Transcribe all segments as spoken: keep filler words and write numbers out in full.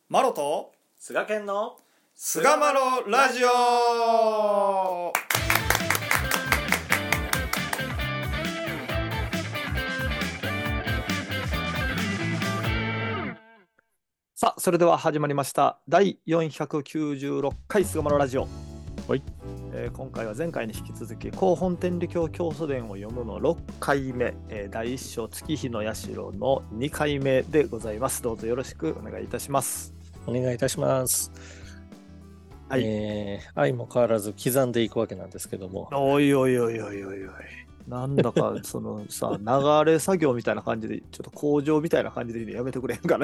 マロと菅健の菅マロラジオ。さあそれでは始まりましただいよんひゃくきゅうじゅうろっかい菅マロラジオ。 はい、 えー、今回は前回に引き続き広本天理教教祖伝を読むのろっかいめ、えー、だいいっ章月日の社のにかいめでございます。どうぞよろしくお願いいたします。 お願いいたします。はい、えー、愛も変わらず刻んでいくわけなんですけども、 おいおいおいおいおいおい、なんだかそのさ流れ作業みたいな感じでちょっと工場みたいな感じでやめてくれんかな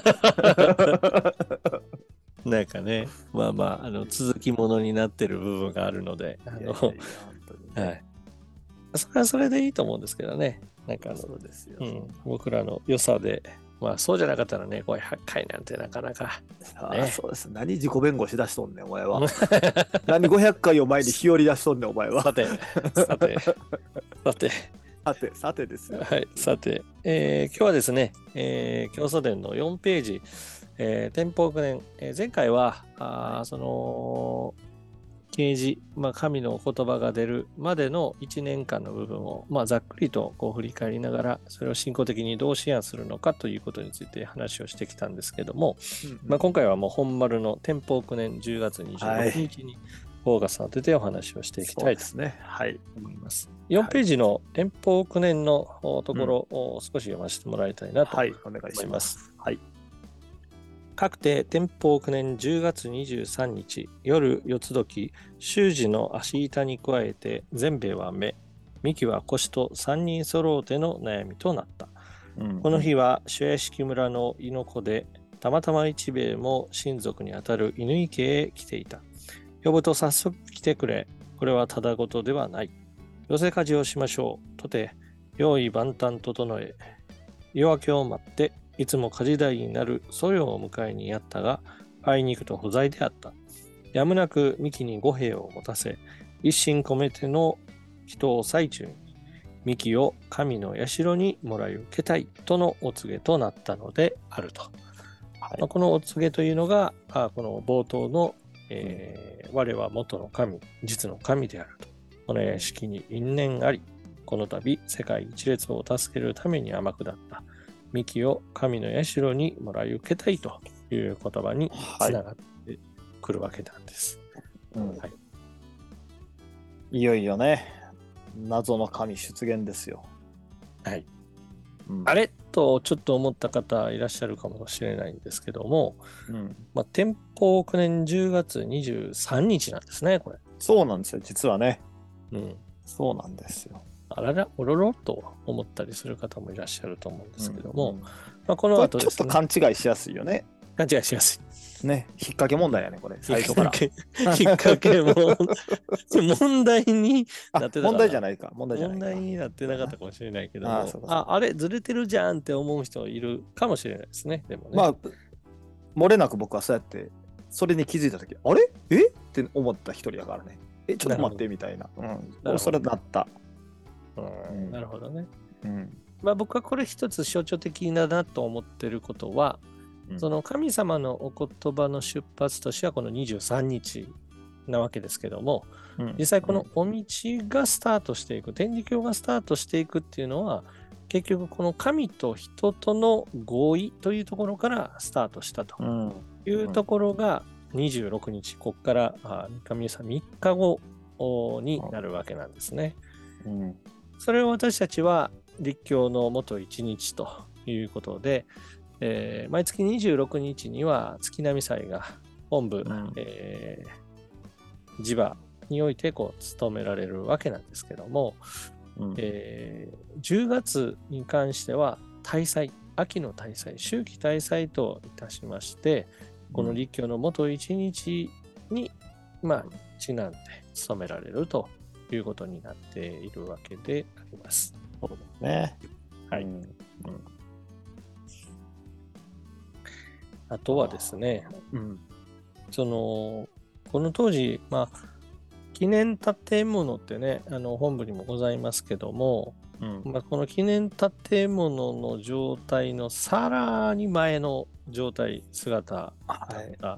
なんかね、まあまあ、あの続きものになってる部分があるので、あのいやいやいや本当に、ね、はい、それはそれでいいと思うんですけどね。なんかあのそうですよ、うん、僕らの良さで、まあそうじゃなかったらね、ごひゃっかいなんてなかなか、 ね、あそうです。何自己弁護しだしとんねんお前は何ごひゃっかいを前に日和出しとんねんお前は。 さてさてさてさてさてですよ。 はい、さて、えー、今日はですね、えー、教祖伝のよんページ、えー、天保九年、えー、前回はあその啓示、まあ、神のお言葉が出るまでのいちねんかんの部分を、まあ、ざっくりとこう振り返りながら、それを信仰的にどう思案するのかということについて話をしてきたんですけども、うんうんまあ、今回はもう本丸の天保九年じゅうがつにじゅうろくにちにフォーカスを当ててお話をしていきたいと思います。よんページの天保九年のところを少し読ませてもらいたいなと思います。 はい、お願いします。はい。 各定天保九年じゅうがつにじゅうさんにち夜四つ時、修士の足板に加えて善兵衛は目、三木は腰と三人揃うての悩みとなった。うんうん、この日は主屋敷村の猪子で、たまたま一兵衛も親族にあたる犬井家へ来ていた。呼ぶと早速来てくれ。これはただごとではない。寄せ家事をしましょう。とて、用意万端整え、夜明けを待って、いつも家事代になる祖母を迎えにやったが、あいにくと不在であった。やむなく三木に五兵を持たせ、一心込めての人を最中に、三木を神の社にもらい受けたいとのお告げとなったのであると。はいまあ、このお告げというのが、あこの冒頭の、えー、我は元の神、実の神であると。この屋敷に因縁あり、この度世界一列を助けるために天下った三木を神の社にもらい受けたいという言葉につながってくるわけなんです。 はいうんはい、いよいよね、謎の神出現ですよ。 はい。うん、あれとちょっと思った方いらっしゃるかもしれないんですけども、うんまあ、天保九年じゅうがつにじゅうさんにちなんですね、これ。 そうなんですよ、実はね。うん、そうなんですよ。 あらら、おろろと思ったりする方もいらっしゃると思うんですけども、うんうんまあ、この後ですね、 ちょっと勘違いしやすいよね。 勘違いしやすい。ね、引っ掛け問題やね、これ、最初から。 引っ掛けも問題になってたかな。 問題じゃないか、問題じゃないか。 問題になってなかったかもしれないけども、あ, あ, あ, あれ、ずれてるじゃんって思う人いるかもしれないですね、でもね。 まあ、漏れなく僕はそうやって、それに気づいたとき、あれえって思った一人やからね。え、ちょっと待ってみたいな。うん、それなった。 うん、なるほどね。うんまあ、僕はこれ一つ象徴的だなと思ってることは、うん、その神様のお言葉の出発としてはこのにじゅうさんにちなわけですけども、うん、実際このお道がスタートしていく、天理教がスタートしていくっていうのは結局この神と人との合意というところからスタートしたというところがにじゅうろくにち、ここから神様みっかごになるわけなんですね。うんそれを私たちは立教の元いちにちということで、えー、毎月にじゅうろくにちには月並祭が本部、うんえー、地場においてこう務められるわけなんですけども、うんえー、じゅうがつに関しては大祭、秋の大祭、秋季大祭といたしまして、この立教の元いちにちに、まあ、ちなんで務められるということになっているわけであります。 そうですね。 はい。うんうん、あとはですね、うん、そのこの当時、まあ記念建物ってね、あの本部にもございますけども、うんまあ、この記念建物の状態のさらに前の状態、姿だった。 はい、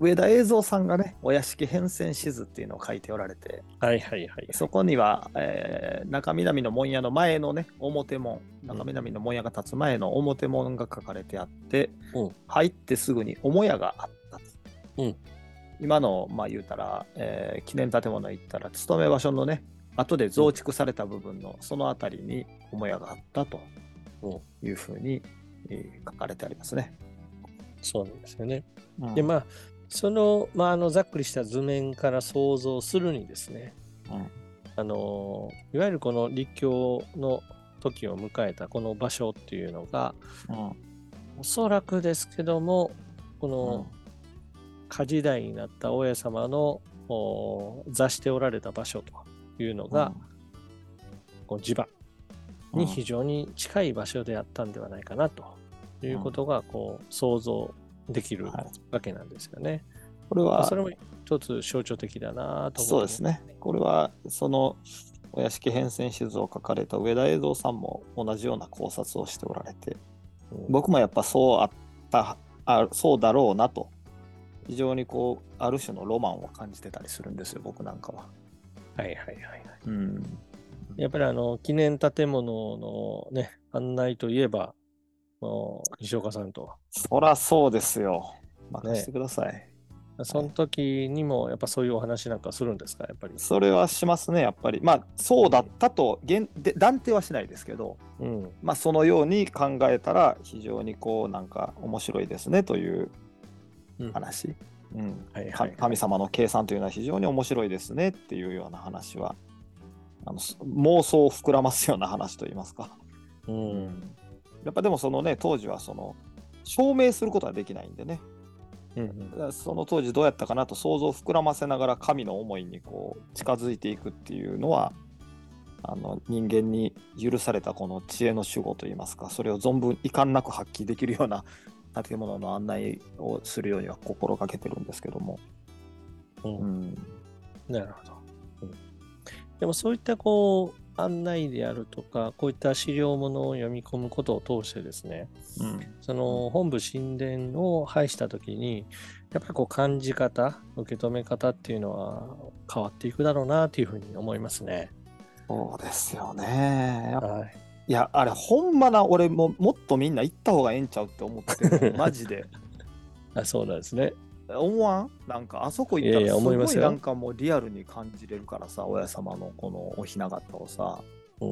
上田栄三さんがね、お屋敷変遷志図っていうのを書いておられて、 はいはいはい、はい。 そこには、えー、中南の門屋の前のね、表門、中南の門屋が立つ前の表門が書かれてあって、うん、入ってすぐに母屋があったと。うん、今の、まあ言うたら、えー、記念建物行ったら、勤め場所のね、後で増築された部分のそのあたりに母屋があったというふうに、えー、書かれてありますね。 そうなんですよね。うん、で、まあ、その、まあ、あのざっくりした図面から想像するにですね、うん、あのいわゆるこの立教の時を迎えたこの場所っていうのが、うん、おそらくですけども、この火時代になった大家様の座しておられた場所というのが、うん、この地場に非常に近い場所であったんではないかなということがこう想像できるわけなんですよね。はい、これはそれも一つ象徴的だなと思そうですね。これはそのお屋敷変遷志図を書かれた上田栄三さんも同じような考察をしておられて、うん、僕もやっぱそうあったあそうだろうなと非常にこうある種のロマンを感じてたりするんですよ、僕なんかは。 はいはいはいはい。うん、やっぱりあの記念建物のね案内といえば西岡さんと。 そらそうですよ。任せてください。ね、 その時にもやっぱそういうお話なんかするんですか、やっぱり。 それはしますね、やっぱり。まあそうだったとで断定はしないですけど、うん、まあそのように考えたら非常にこうなんか面白いですねという話。神様の計算というのは非常に面白いですねっていうような話は、あの妄想を膨らますような話といいますか。うん、やっぱでもそのね当時はその証明することはできないんでね。うんうん、その当時どうやったかなと想像を膨らませながら神の思いにこう近づいていくっていうのはあの人間に許されたこの知恵の守護といいますか、それを存分遺憾なく発揮できるような建物の案内をするようには心がけてるんですけども、 うんうん、なるほど、うん、でもそういったこう案内であるとかこういった資料物を読み込むことを通してですね、うん、その本部神殿を拝した時にやっぱりこう感じ方受け止め方っていうのは変わっていくだろうなというふうに思いますね。 そうですよね。はい、いやあれほんまな俺ももっとみんな行った方がええんちゃうって思ってるマジで。 あ、そうなんですね。 思わん？なんかあそこ行ったらすごいなんかもうリアルに感じれるからさ、親様のこのお雛形をさ、うん、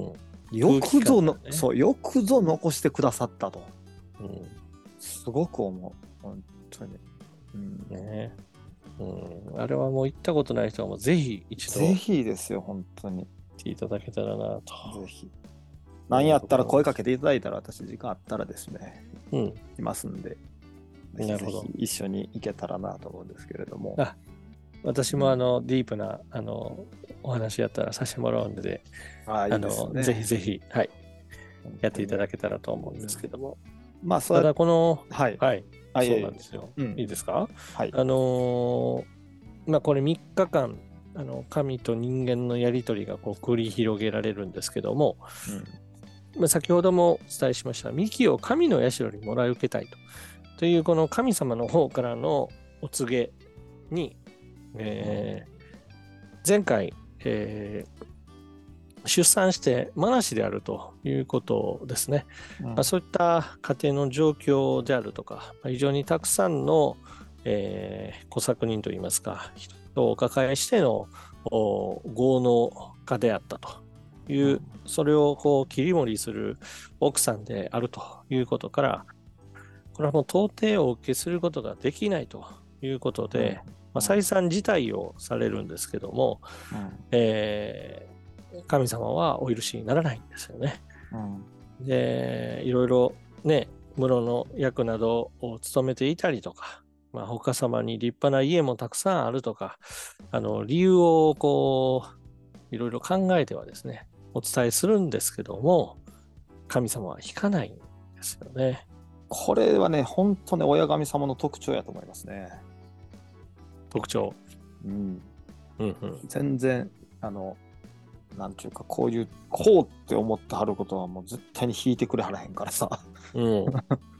よくぞの、ね、そうよくぞ残してくださったと、うん、すごく思う本当に、うんねうん、あれはもう行ったことない人はもうぜひ一度ぜひですよ本当に行っていただけたらなと。 ぜひ何やったら声かけていただいたら私時間あったらですね、うん、いますんでなるほどぜひ一緒に行けたらなと思うんですけれども。 あ私もあの、うん、ディープなあのお話やったらさせてもらうので、あいいですね、あのぜひぜひ、はい、やっていただけたらと思うんですけども。まあ、ただこの、はい、はい、そうなんですよ。うん、いいですか？はい。あのー、まあこれみっかかん、あの神と人間のやりとりがこう繰り広げられるんですけども、うんまあ、先ほどもお伝えしました、幹を神の社にもらい受けたいと。というこの神様の方からのお告げに、えー、前回、えー、出産してマナシであるということですね、うんまあ、そういった家庭の状況であるとか非常にたくさんの、えー、小作人といいますか人をお抱えしての豪農家であったという、うん、それをこう切り盛りする奥さんであるということからこれはもう到底お受けすることができないということで、うんまあ、再三辞退をされるんですけども、うんえー、神様はお許しにならないんですよね。うん、でいろいろね室の役などを務めていたりとか、まあ、他様に立派な家もたくさんあるとかあの理由をこういろいろ考えてはですねお伝えするんですけども神様は引かないんですよね。 これはね本当ね親神様の特徴やと思いますね。 特徴、 うんうんうん、全然あのなんていうかこういうこうって思ってはることはもう絶対に引いてくれはらへんからさ、うん、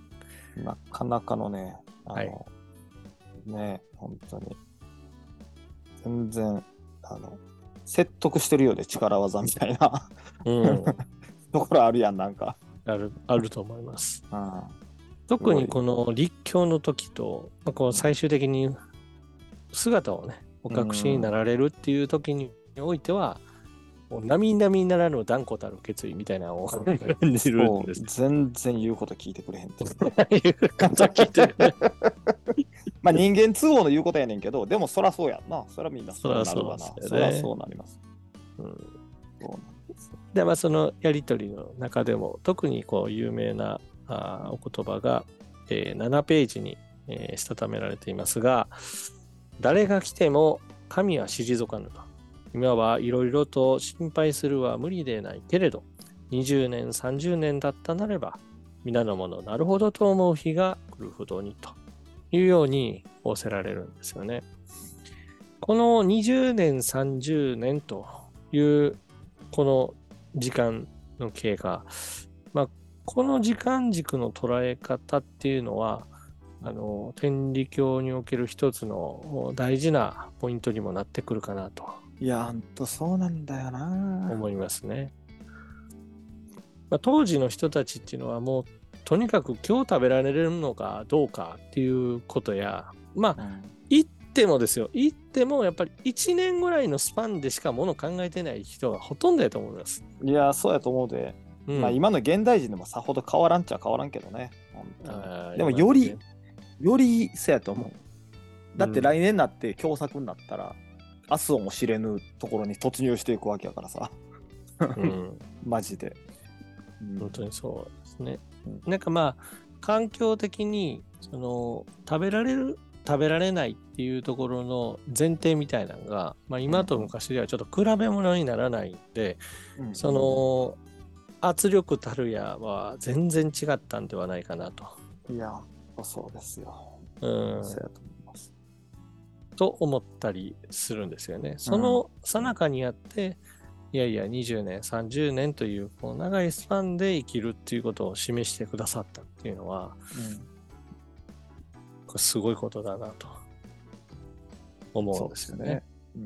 なかなかのね、あの、 はい、 ね、本当に。全然、あの、説得してるようで力技みたいな、うん、ところあるやん、なんか。 ある、あると思います。 うん、 特にこの立教の時と、まあ、こう最終的に姿をね、お隠しになられるっていう時においては、もう並々ならぬ断固たる決意みたいなのを感じるんです。 全然言うこと聞いてくれへんって。 言うこと聞いてる。 まあ人間都合の言うことやねんけど、でもそらそうやんな。そらみんなそうなるわな。そらそうなります。うん、そうなんです。 で、まあそのやりとりの中でも特にこう有名なあお言葉が、えー、ななページに、えー、したためられていますが、誰が来ても神は退かぬと。今はいろいろと心配するは無理でないけれど、にじゅうねん、さんじゅうねんだったなれば、皆の者なるほどと思う日が来るほどにというように仰せられるんですよね。このにじゅうねん、さんじゅうねんというこの時間の経過、まあ、この時間軸の捉え方っていうのは、あの天理教における一つの大事なポイントにもなってくるかなと。 いや、ほんとそうなんだよな。 思いますね。まあ、当時の人たちっていうのはもうとにかく今日食べられるのかどうかっていうことや、まあ、うん、行ってもですよ、行ってもやっぱりいちねんぐらいのスパンでしかもの考えてない人がほとんどやと思います。 いや、そうやと思うで。うん、まあ今の現代人でもさほど変わらんっちゃ変わらんけどね。でもより、よりそうやと思う。だって来年になって共作になったら、明日をも知れぬところに突入していくわけやからさ。うん、マジで。 本当にそうですね。うん、なんかまあ、環境的に、その、食べられる、食べられないっていうところの前提みたいなのが、まあ今と昔ではちょっと比べ物にならないんで、うん、その、圧力たるやは全然違ったんではないかなと。 いや、そうですよ。 うん。そうやと思います。と思ったりするんですよね。その最中にあって、いやいやにじゅうねん、さんじゅうねんというこう長いスパンで生きるっていうことを示してくださったっていうのは、うん、これすごいことだなと思うんですよね。ねうんうん、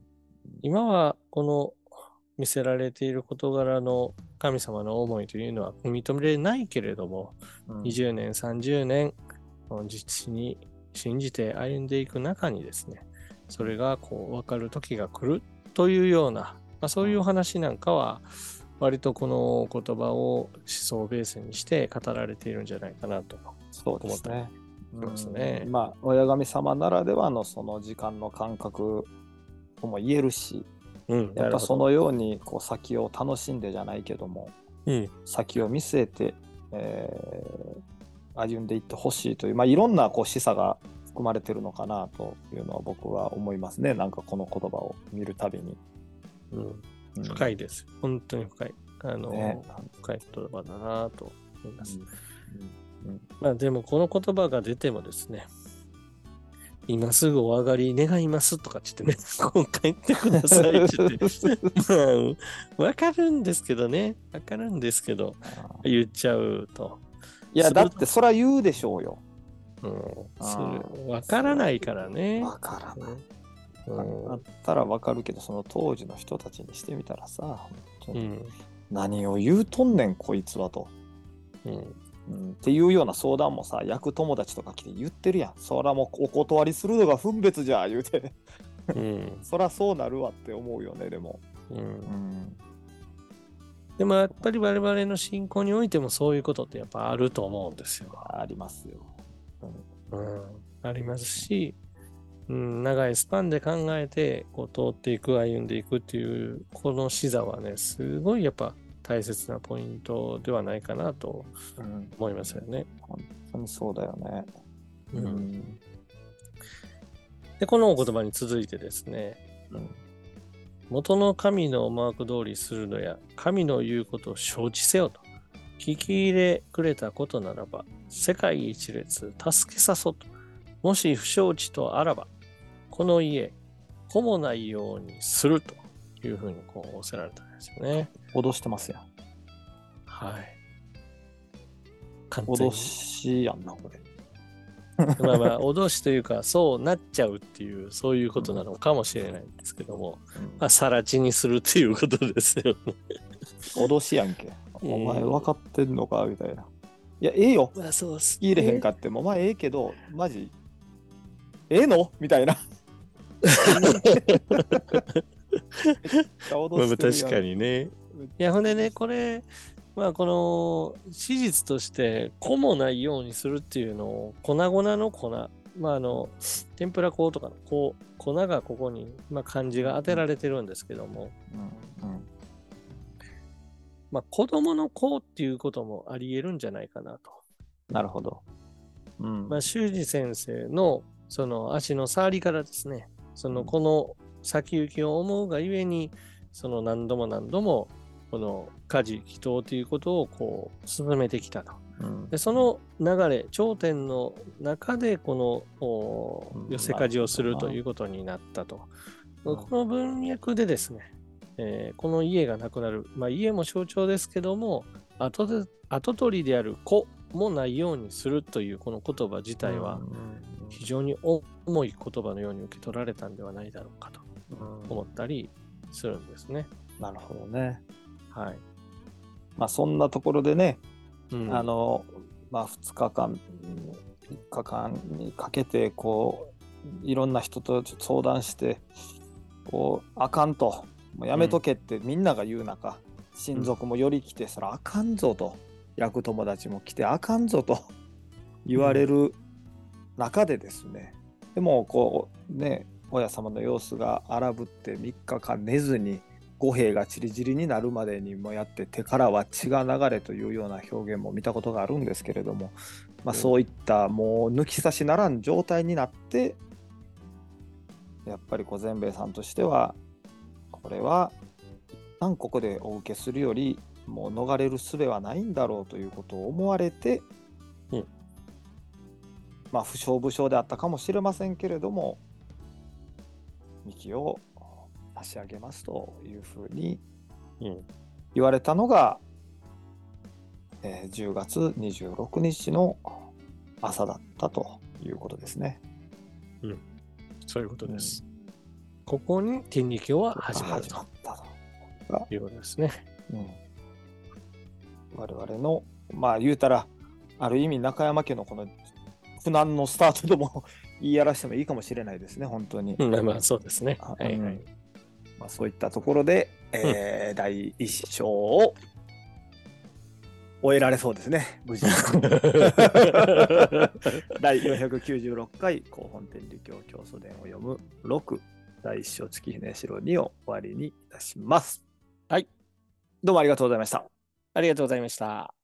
今はこの見せられている事柄の神様の思いというのは認めれないけれども、うん、にじゅうねん、さんじゅうねん実地に信じて歩んでいく中にですね、それがこう分かる時が来るというような、まあ、そういうお話なんかは割とこの言葉を思想ベースにして語られているんじゃないかなと思ったりしますね。 うん、まあ親神様ならではのその時間の感覚とも言えるし、うん、やっぱそのようにこう先を楽しんでじゃないけども、うん、先を見据えて、えー、歩んでいってほしいという、まあ、いろんなこう示唆が含まれてるのかなというのは僕は思いますね。なんかこの言葉を見るたびに。 うん、深いです。本当に深い。あの、ね、深い言葉だなと思います。うんうんうん、まあでもこの言葉が出てもですね、今すぐお上がり願いますとかって言ってね、こう帰ってくださいって言って、まあ、わかるんですけどね、わかるんですけど、言っちゃうと。 いや、だってそら言うでしょうよ。 うん、わからないからね。 わからない。うん、あったらわかるけど、その当時の人たちにしてみたらさ、うん、何を言うとんねんこいつはと、うんうん、っていうような相談もさ、役友達とか来て言ってるやん。そらもうお断りするのが分別じゃ言うて、うん、そらそうなるわって思うよね。でも、うんうん、 でもやっぱり我々の信仰においてもそういうことってやっぱあると思うんですよ。 ありますよ。 うんうん、ありますし、うん、長いスパンで考えてこう通っていく、歩んでいくっていうこの視座はね、すごいやっぱ大切なポイントではないかなと思いますよね。 うん、本当にそうだよね。うんうん、 でこのお言葉に続いてですね、うん、元の神の思惑通りするのや神の言うことを承知せよと聞き入れくれたことならば世界一列助けさそと、もし不承知とあらばこの家こもないようにするというふうにこう仰せられたんですよね。 脅してますよ。 はい。 完全に脅しやんな、これ。 まあまあ、脅しというか、そうなっちゃうっていう、そういうことなのかもしれないんですけども、うん、まあ、さら地にするっていうことですよね。 脅しやんけ。お前分かってんのかみたいな。いや、ええよ。 まあ、そうっすね。 入れへんかっても、まあええけど、マジ、ええのみたいな。 まあ、確かにね。いや、ほんでね、これ、まあ、この史実として粉もないようにするっていうのを粉々の粉、まあ、あの天ぷら粉とかのこう粉がここに、まあ、漢字が当てられてるんですけども、うんうん、まあ、子供の子っていうこともありえるんじゃないかなと。 なるほど。 うん、まあ、修二先生のその足の触りからですね、そのこの先行きを思うがゆえに、その何度も何度もこの家事祈祷ということをこう進めてきたと、うん、でその流れ頂点の中でこの寄せ家事をするということになったと、うん、この文脈でですね、えー、この家がなくなる、まあ、家も象徴ですけども後で跡取りである子もないようにするというこの言葉自体は非常に重い言葉のように受け取られたんではないだろうかと思ったりするんですね。 うん、なるほどね。 はい。 まあそんなところでね、 うん、 あのまあふつかかんいっかかんにかけてこういろんな人と相談してこうあかんともうやめとけってみんなが言う中、うん、親族もより来てそらあかんぞと役友達も来てあかんぞと言われる中でですね、うん、でもこうね親様の様子が荒ぶってみっかかん寝ずに五兵がちりぢりになるまでにもやって手からは血が流れというような表現も見たことがあるんですけれども、まあ、そういったもう抜き差しならん状態になってやっぱり小善兵衛さんとしてはこれは一旦ここでお受けするよりもう逃れる術はないんだろうということを思われて、うん、まあ不祥不祥であったかもしれませんけれども三木を差し上げますというふうに言われたのが、うんえー、じゅうがつにじゅうろくにちの朝だったということですね。 うん、そういうことです。うん、ここに天理教は始まるということですね。うん、 我々のまあ言うたらある意味中山家のこの苦難のスタートとも言い表してもいいかもしれないですね本当に。 うん、まあそうですね。はいはい。うんまあ、そういったところで、えーうん、だいいっ章を終えられそうですね、無事に。だいよんひゃくきゅうじゅうろっかい広本天理教教祖伝を読むろくだいいっ章月姫城にを終わりにいたします。 はい。 どうもありがとうございました。 ありがとうございました。